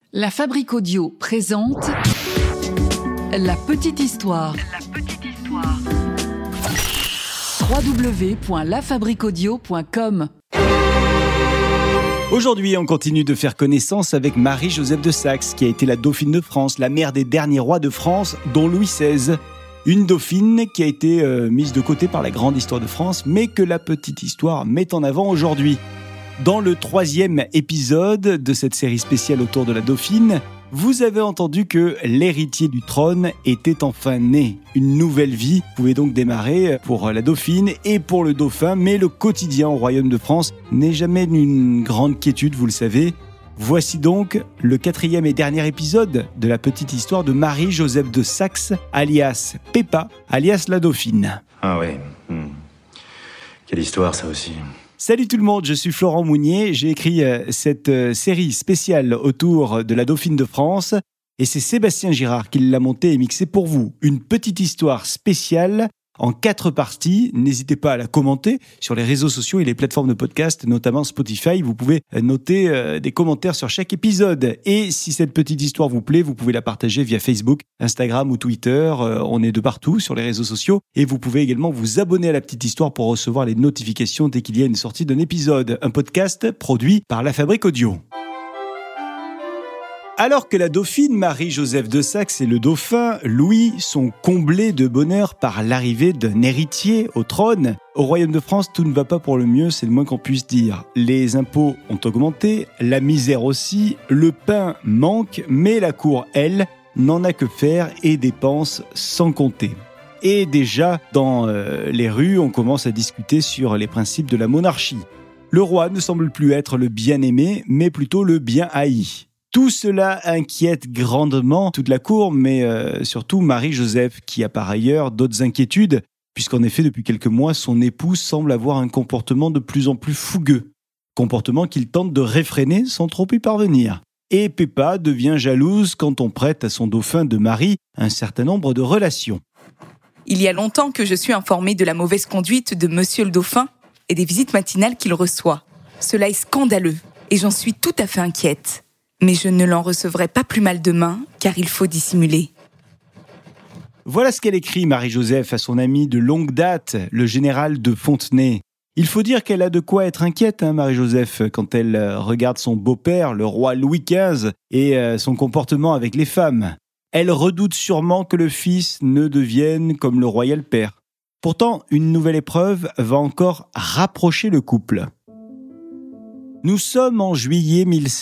La Fabrique Audio présente La Petite Histoire. www.lafabriqueaudio.com. Aujourd'hui, on continue de faire connaissance avec Marie-Joseph de Saxe, qui a été la dauphine de France, la mère des derniers rois de France, dont Louis XVI. Une dauphine qui a été mise de côté par la grande histoire de France, mais que la petite histoire met en avant aujourd'hui. Dans le 3e épisode de cette série spéciale autour de la dauphine, vous avez entendu que l'héritier du trône était enfin né. Une nouvelle vie pouvait donc démarrer pour la dauphine et pour le dauphin, mais le quotidien au royaume de France n'est jamais d'une grande quiétude, vous le savez. Voici donc le 4e et dernier épisode de la petite histoire de Marie-Joseph de Saxe, alias Peppa, alias la dauphine. Ah oui, quelle histoire ça aussi. Salut tout le monde, je suis Florent Mounier, j'ai écrit cette série spéciale autour de la dauphine de France et c'est Sébastien Girard qui l'a montée et mixée pour vous. Une petite histoire spéciale en 4 parties, n'hésitez pas à la commenter sur les réseaux sociaux et les plateformes de podcast, notamment Spotify, vous pouvez noter des commentaires sur chaque épisode. Et si cette petite histoire vous plaît, vous pouvez la partager via Facebook, Instagram ou Twitter, on est de partout sur les réseaux sociaux. Et vous pouvez également vous abonner à la petite histoire pour recevoir les notifications dès qu'il y a une sortie d'un épisode. Un podcast produit par La Fabrique Audio. Alors que la dauphine Marie-Joseph de Saxe et le dauphin Louis sont comblés de bonheur par l'arrivée d'un héritier au trône, au royaume de France, tout ne va pas pour le mieux, c'est le moins qu'on puisse dire. Les impôts ont augmenté, la misère aussi, le pain manque, mais la cour, elle, n'en a que faire et dépense sans compter. Et déjà, dans les rues, on commence à discuter sur les principes de la monarchie. Le roi ne semble plus être le bien-aimé, mais plutôt le bien-haï. Tout cela inquiète grandement toute la cour, mais surtout Marie-Joseph, qui a par ailleurs d'autres inquiétudes, puisqu'en effet, depuis quelques mois, son époux semble avoir un comportement de plus en plus fougueux. Comportement qu'il tente de réfréner sans trop y parvenir. Et Peppa devient jalouse quand on prête à son dauphin de Marie un certain nombre de relations. Il y a longtemps que je suis informée de la mauvaise conduite de Monsieur le Dauphin et des visites matinales qu'il reçoit. Cela est scandaleux et j'en suis tout à fait inquiète. Mais je ne l'en recevrai pas plus mal demain, car il faut dissimuler. Voilà ce qu'elle écrit, Marie-Joseph, à son ami de longue date, le général de Fontenay. Il faut dire qu'elle a de quoi être inquiète, Marie-Joseph, quand elle regarde son beau-père, le roi Louis XV, et son comportement avec les femmes. Elle redoute sûrement que le fils ne devienne comme le royal père. Pourtant, une nouvelle épreuve va encore rapprocher le couple. Nous sommes en juillet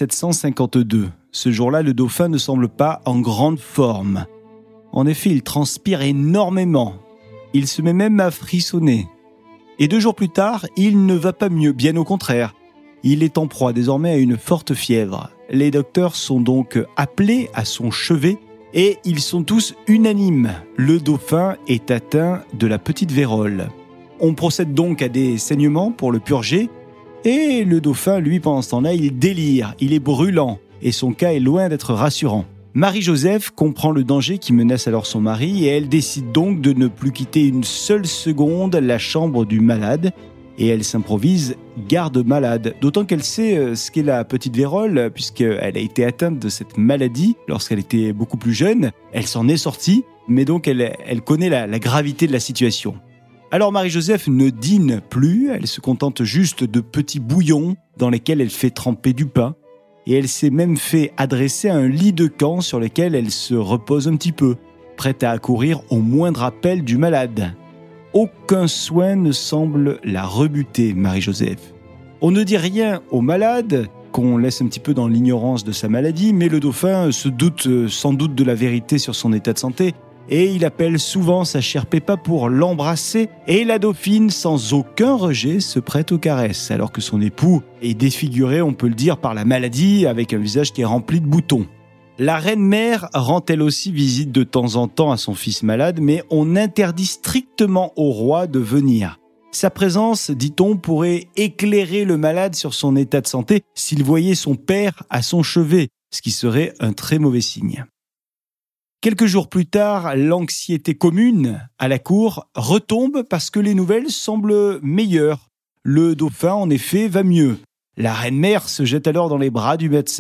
1752. Ce jour-là, le dauphin ne semble pas en grande forme. En effet, il transpire énormément. Il se met même à frissonner. Et 2 jours plus tard, il ne va pas mieux, bien au contraire. Il est en proie désormais à une forte fièvre. Les docteurs sont donc appelés à son chevet et ils sont tous unanimes. Le dauphin est atteint de la petite vérole. On procède donc à des saignements pour le purger. Et le dauphin, lui, pendant ce temps-là, il délire, il est brûlant, et son cas est loin d'être rassurant. Marie-Joseph comprend le danger qui menace alors son mari, et elle décide donc de ne plus quitter une seule seconde la chambre du malade, et elle s'improvise garde-malade, d'autant qu'elle sait ce qu'est la petite vérole, puisqu'elle a été atteinte de cette maladie lorsqu'elle était beaucoup plus jeune. Elle s'en est sortie, mais donc elle connaît la gravité de la situation. Alors Marie-Joseph ne dîne plus, elle se contente juste de petits bouillons dans lesquels elle fait tremper du pain et elle s'est même fait adresser un lit de camp sur lequel elle se repose un petit peu, prête à accourir au moindre appel du malade. Aucun soin ne semble la rebuter, Marie-Joseph. On ne dit rien au malade, qu'on laisse un petit peu dans l'ignorance de sa maladie, mais le dauphin se doute sans doute de la vérité sur son état de santé. Et il appelle souvent sa chère Peppa pour l'embrasser, et la dauphine, sans aucun rejet, se prête aux caresses, alors que son époux est défiguré, on peut le dire, par la maladie, avec un visage qui est rempli de boutons. La reine-mère rend elle aussi visite de temps en temps à son fils malade, mais on interdit strictement au roi de venir. Sa présence, dit-on, pourrait éclairer le malade sur son état de santé s'il voyait son père à son chevet, ce qui serait un très mauvais signe. Quelques jours plus tard, l'anxiété commune à la cour retombe parce que les nouvelles semblent meilleures. Le dauphin, en effet, va mieux. La reine-mère se jette alors dans les bras du médecin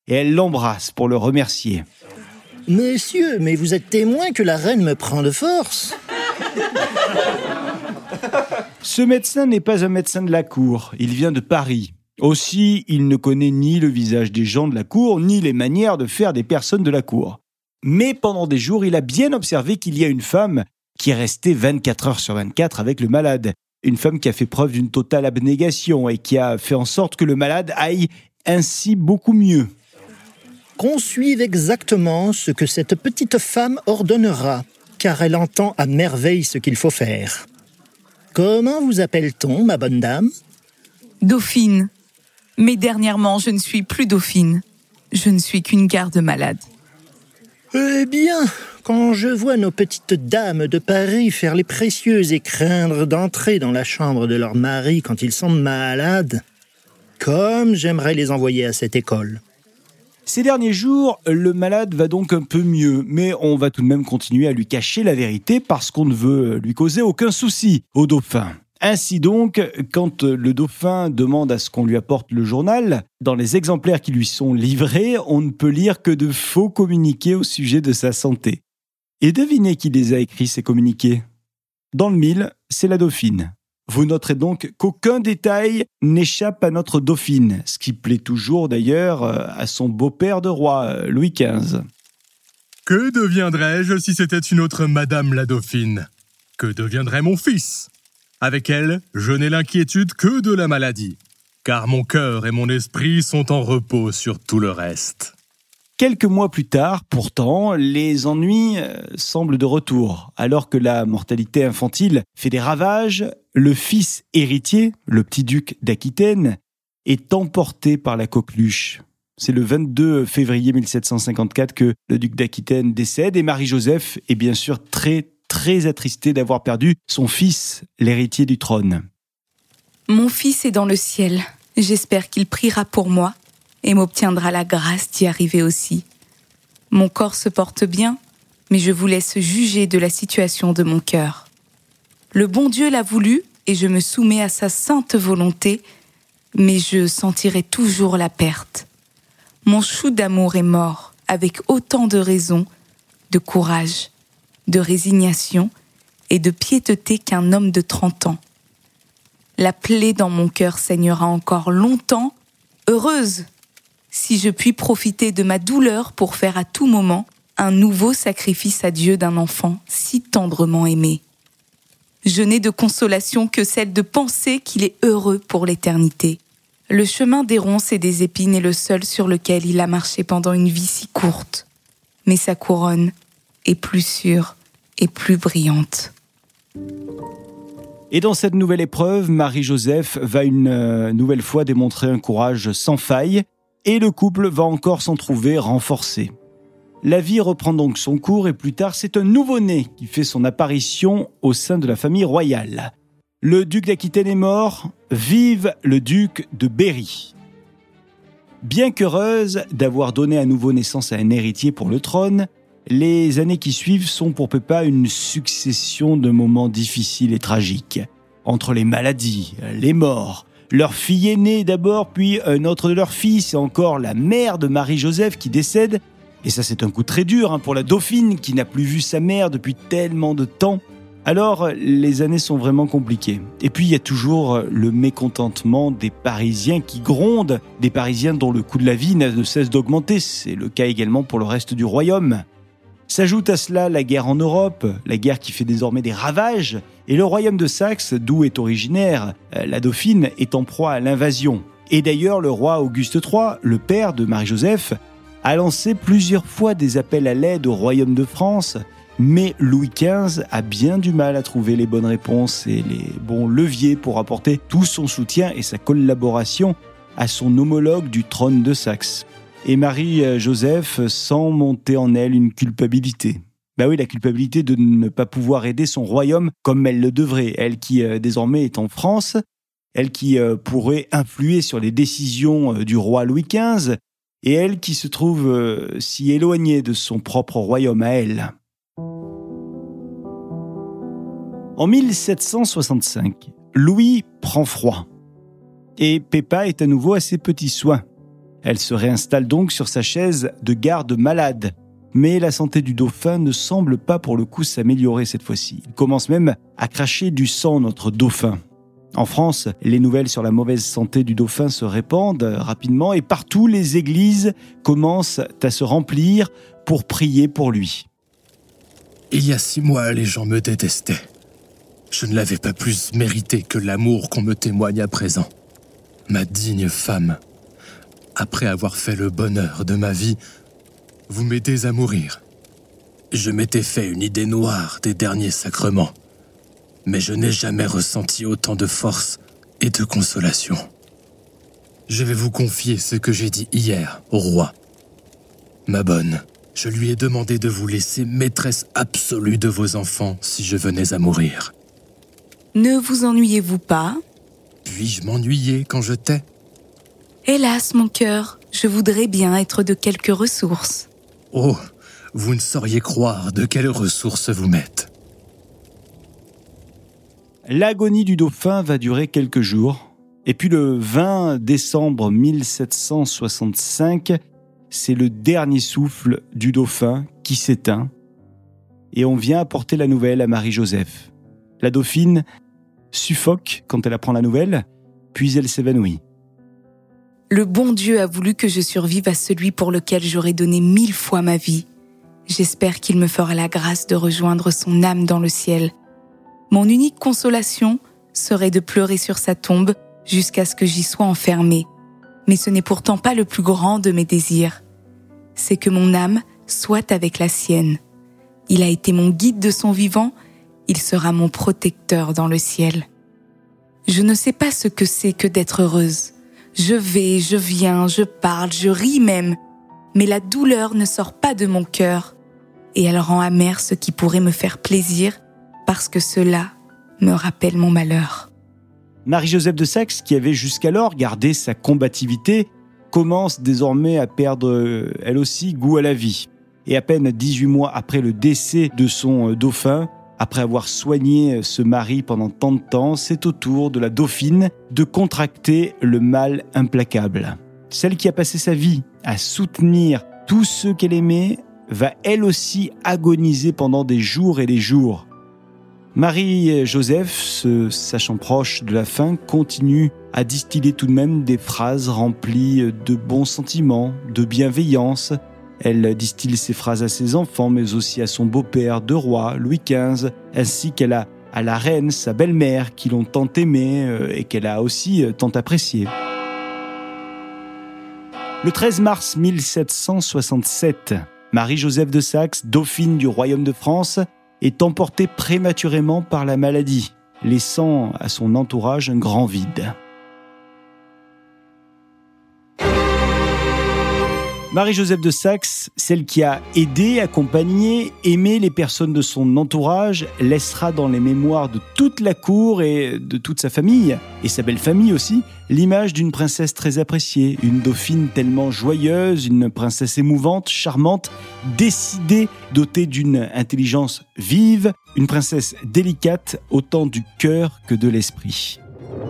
et elle l'embrasse pour le remercier. « Monsieur, mais vous êtes témoin que la reine me prend de force !» Ce médecin n'est pas un médecin de la cour, il vient de Paris. Aussi, il ne connaît ni le visage des gens de la cour, ni les manières de faire des personnes de la cour. Mais pendant des jours, il a bien observé qu'il y a une femme qui est restée 24 heures sur 24 avec le malade. Une femme qui a fait preuve d'une totale abnégation et qui a fait en sorte que le malade aille ainsi beaucoup mieux. Qu'on suive exactement ce que cette petite femme ordonnera, car elle entend à merveille ce qu'il faut faire. Comment vous appelle-t-on, ma bonne dame ? Dauphine. Mais dernièrement, je ne suis plus Dauphine. Je ne suis qu'une garde-malade. Eh bien, quand je vois nos petites dames de Paris faire les précieuses et craindre d'entrer dans la chambre de leur mari quand ils sont malades, comme j'aimerais les envoyer à cette école. Ces derniers jours, le malade va donc un peu mieux, mais on va tout de même continuer à lui cacher la vérité parce qu'on ne veut lui causer aucun souci au dauphin. Ainsi donc, quand le dauphin demande à ce qu'on lui apporte le journal, dans les exemplaires qui lui sont livrés, on ne peut lire que de faux communiqués au sujet de sa santé. Et devinez qui les a écrits, ces communiqués ? Dans le mille, c'est la dauphine. Vous noterez donc qu'aucun détail n'échappe à notre dauphine, ce qui plaît toujours d'ailleurs à son beau-père de roi, Louis XV. Que deviendrais-je si c'était une autre Madame la Dauphine ? Que deviendrait mon fils ? Avec elle, je n'ai l'inquiétude que de la maladie, car mon cœur et mon esprit sont en repos sur tout le reste. Quelques mois plus tard, pourtant, les ennuis semblent de retour. Alors que la mortalité infantile fait des ravages, le fils héritier, le petit duc d'Aquitaine, est emporté par la coqueluche. C'est le 22 février 1754 que le duc d'Aquitaine décède et Marie-Joseph est bien sûr très attristée d'avoir perdu son fils, l'héritier du trône. Mon fils est dans le ciel. J'espère qu'il priera pour moi et m'obtiendra la grâce d'y arriver aussi. Mon corps se porte bien, mais je vous laisse juger de la situation de mon cœur. Le bon Dieu l'a voulu et je me soumets à sa sainte volonté, mais je sentirai toujours la perte. Mon chou d'amour est mort avec autant de raison, de courage, de résignation et de piété qu'un homme de 30 ans. La plaie dans mon cœur saignera encore longtemps, heureuse, si je puis profiter de ma douleur pour faire à tout moment un nouveau sacrifice à Dieu d'un enfant si tendrement aimé. Je n'ai de consolation que celle de penser qu'il est heureux pour l'éternité. Le chemin des ronces et des épines est le seul sur lequel il a marché pendant une vie si courte. Mais sa couronne est plus sûre et plus brillante. Et dans cette nouvelle épreuve, Marie-Joseph va une nouvelle fois démontrer un courage sans faille et le couple va encore s'en trouver renforcé. La vie reprend donc son cours et plus tard, c'est un nouveau-né qui fait son apparition au sein de la famille royale. Le duc d'Aquitaine est mort, vive le duc de Berry. Bien qu'heureuse d'avoir donné à nouveau naissance à un héritier pour le trône, les années qui suivent sont pour Peppa une succession de moments difficiles et tragiques. Entre les maladies, les morts, leur fille aînée d'abord, puis un autre de leurs fils, et encore la mère de Marie-Joseph qui décède. Et ça, c'est un coup très dur pour la dauphine qui n'a plus vu sa mère depuis tellement de temps. Alors, les années sont vraiment compliquées. Et puis, il y a toujours le mécontentement des Parisiens qui grondent, des Parisiens dont le coût de la vie ne cesse d'augmenter. C'est le cas également pour le reste du royaume. S'ajoute à cela la guerre en Europe, la guerre qui fait désormais des ravages, et le royaume de Saxe, d'où est originaire la dauphine, est en proie à l'invasion. Et d'ailleurs, le roi Auguste III, le père de Marie-Joseph, a lancé plusieurs fois des appels à l'aide au royaume de France, mais Louis XV a bien du mal à trouver les bonnes réponses et les bons leviers pour apporter tout son soutien et sa collaboration à son homologue du trône de Saxe. Et Marie-Joseph sent monter en elle une culpabilité. Oui, la culpabilité de ne pas pouvoir aider son royaume comme elle le devrait. Elle qui désormais est en France, elle qui pourrait influer sur les décisions du roi Louis XV, et elle qui se trouve si éloignée de son propre royaume à elle. En 1765, Louis prend froid. Et Peppa est à nouveau à ses petits soins. Elle se réinstalle donc sur sa chaise de garde malade. Mais la santé du dauphin ne semble pas pour le coup s'améliorer cette fois-ci. Il commence même à cracher du sang, notre dauphin. En France, les nouvelles sur la mauvaise santé du dauphin se répandent rapidement et partout les églises commencent à se remplir pour prier pour lui. Il y a 6 mois, les gens me détestaient. Je ne l'avais pas plus mérité que l'amour qu'on me témoigne à présent. Ma digne femme, après avoir fait le bonheur de ma vie, vous m'aidez à mourir. Je m'étais fait une idée noire des derniers sacrements, mais je n'ai jamais ressenti autant de force et de consolation. Je vais vous confier ce que j'ai dit hier au roi. Ma bonne, je lui ai demandé de vous laisser maîtresse absolue de vos enfants si je venais à mourir. Ne vous ennuyez-vous pas ? Puis-je m'ennuyer quand je tais ? Hélas, mon cœur, je voudrais bien être de quelques ressources. Oh, vous ne sauriez croire de quelles ressources vous m'êtes. L'agonie du dauphin va durer quelques jours. Et puis le 20 décembre 1765, c'est le dernier souffle du dauphin qui s'éteint. Et on vient apporter la nouvelle à Marie-Joseph. La dauphine suffoque quand elle apprend la nouvelle, puis elle s'évanouit. Le bon Dieu a voulu que je survive à celui pour lequel j'aurais donné 1000 fois ma vie. J'espère qu'il me fera la grâce de rejoindre son âme dans le ciel. Mon unique consolation serait de pleurer sur sa tombe jusqu'à ce que j'y sois enfermée. Mais ce n'est pourtant pas le plus grand de mes désirs. C'est que mon âme soit avec la sienne. Il a été mon guide de son vivant, il sera mon protecteur dans le ciel. Je ne sais pas ce que c'est que d'être heureuse. Je vais, je viens, je parle, je ris même. Mais la douleur ne sort pas de mon cœur. Et elle rend amer ce qui pourrait me faire plaisir parce que cela me rappelle mon malheur. Marie-Joseph de Saxe, qui avait jusqu'alors gardé sa combativité, commence désormais à perdre, elle aussi, goût à la vie. Et à peine 18 mois après le décès de son dauphin, après avoir soigné ce mari pendant tant de temps, c'est au tour de la dauphine de contracter le mal implacable. Celle qui a passé sa vie à soutenir tous ceux qu'elle aimait va elle aussi agoniser pendant des jours et des jours. Marie-Joseph, se sachant proche de la fin, continue à distiller tout de même des phrases remplies de bons sentiments, de bienveillance. Elle distille ces phrases à ses enfants, mais aussi à son beau-père de roi, Louis XV, ainsi qu'à la reine, sa belle-mère, qui l'ont tant aimée et qu'elle a aussi tant appréciée. Le 13 mars 1767, Marie-Joseph de Saxe, dauphine du royaume de France, est emportée prématurément par la maladie, laissant à son entourage un grand vide. Marie-Joseph de Saxe, celle qui a aidé, accompagné, aimé les personnes de son entourage, laissera dans les mémoires de toute la cour et de toute sa famille, et sa belle famille aussi, l'image d'une princesse très appréciée, une dauphine tellement joyeuse, une princesse émouvante, charmante, décidée, dotée d'une intelligence vive, une princesse délicate, autant du cœur que de l'esprit.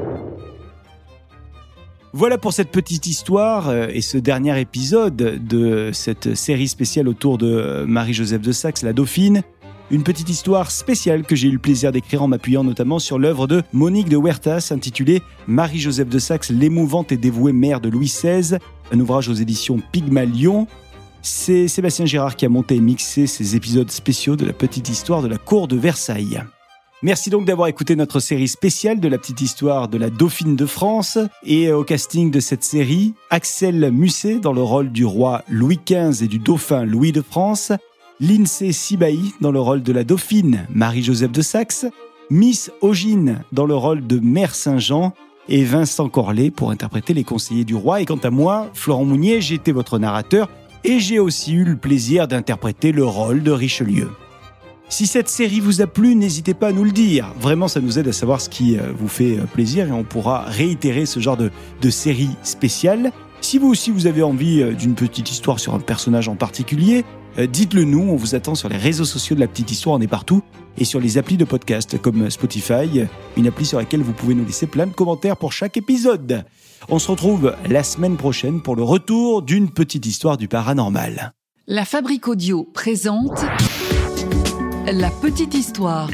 Voilà pour cette petite histoire et ce dernier épisode de cette série spéciale autour de Marie-Joseph de Saxe, la dauphine. Une petite histoire spéciale que j'ai eu le plaisir d'écrire en m'appuyant notamment sur l'œuvre de Monique de Huertas intitulée Marie-Joseph de Saxe, l'émouvante et dévouée mère de Louis XVI, un ouvrage aux éditions Pygmalion. C'est Sébastien Girard qui a monté et mixé ces épisodes spéciaux de la petite histoire de la cour de Versailles. Merci donc d'avoir écouté notre série spéciale de la petite histoire de la Dauphine de France. Et au casting de cette série, Axel Musset dans le rôle du roi Louis XV et du dauphin Louis de France, Lindsay Sibahi dans le rôle de la dauphine Marie-Joseph de Saxe, Miss Ogine dans le rôle de Mère Saint-Jean et Vincent Corlet pour interpréter les conseillers du roi. Et quant à moi, Florent Mounier, j'ai été votre narrateur et j'ai aussi eu le plaisir d'interpréter le rôle de Richelieu. Si cette série vous a plu, n'hésitez pas à nous le dire. Vraiment, ça nous aide à savoir ce qui vous fait plaisir et on pourra réitérer ce genre de série spéciale. Si vous aussi vous avez envie d'une petite histoire sur un personnage en particulier, dites-le nous, on vous attend sur les réseaux sociaux de la petite histoire, on est partout. et sur les applis de podcast comme Spotify, une appli sur laquelle vous pouvez nous laisser plein de commentaires pour chaque épisode. On se retrouve la semaine prochaine pour le retour d'une petite histoire du paranormal. La Fabrique Audio présente La Petite Histoire.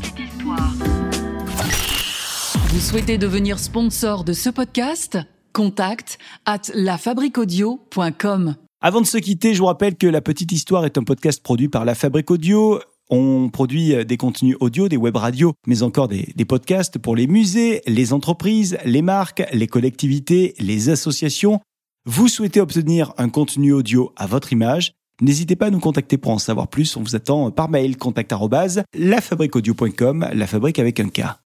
Vous souhaitez devenir sponsor de ce podcast ? Contact @lafabriqueaudio.com. Avant de se quitter, je vous rappelle que La Petite Histoire est un podcast produit par La Fabrique Audio. On produit des contenus audio, des web radios, mais encore des podcasts pour les musées, les entreprises, les marques, les collectivités, les associations. Vous souhaitez obtenir un contenu audio à votre image ? N'hésitez pas à nous contacter pour en savoir plus. On vous attend par mail contact@lafabriqueaudio.com, la fabrique avec un K.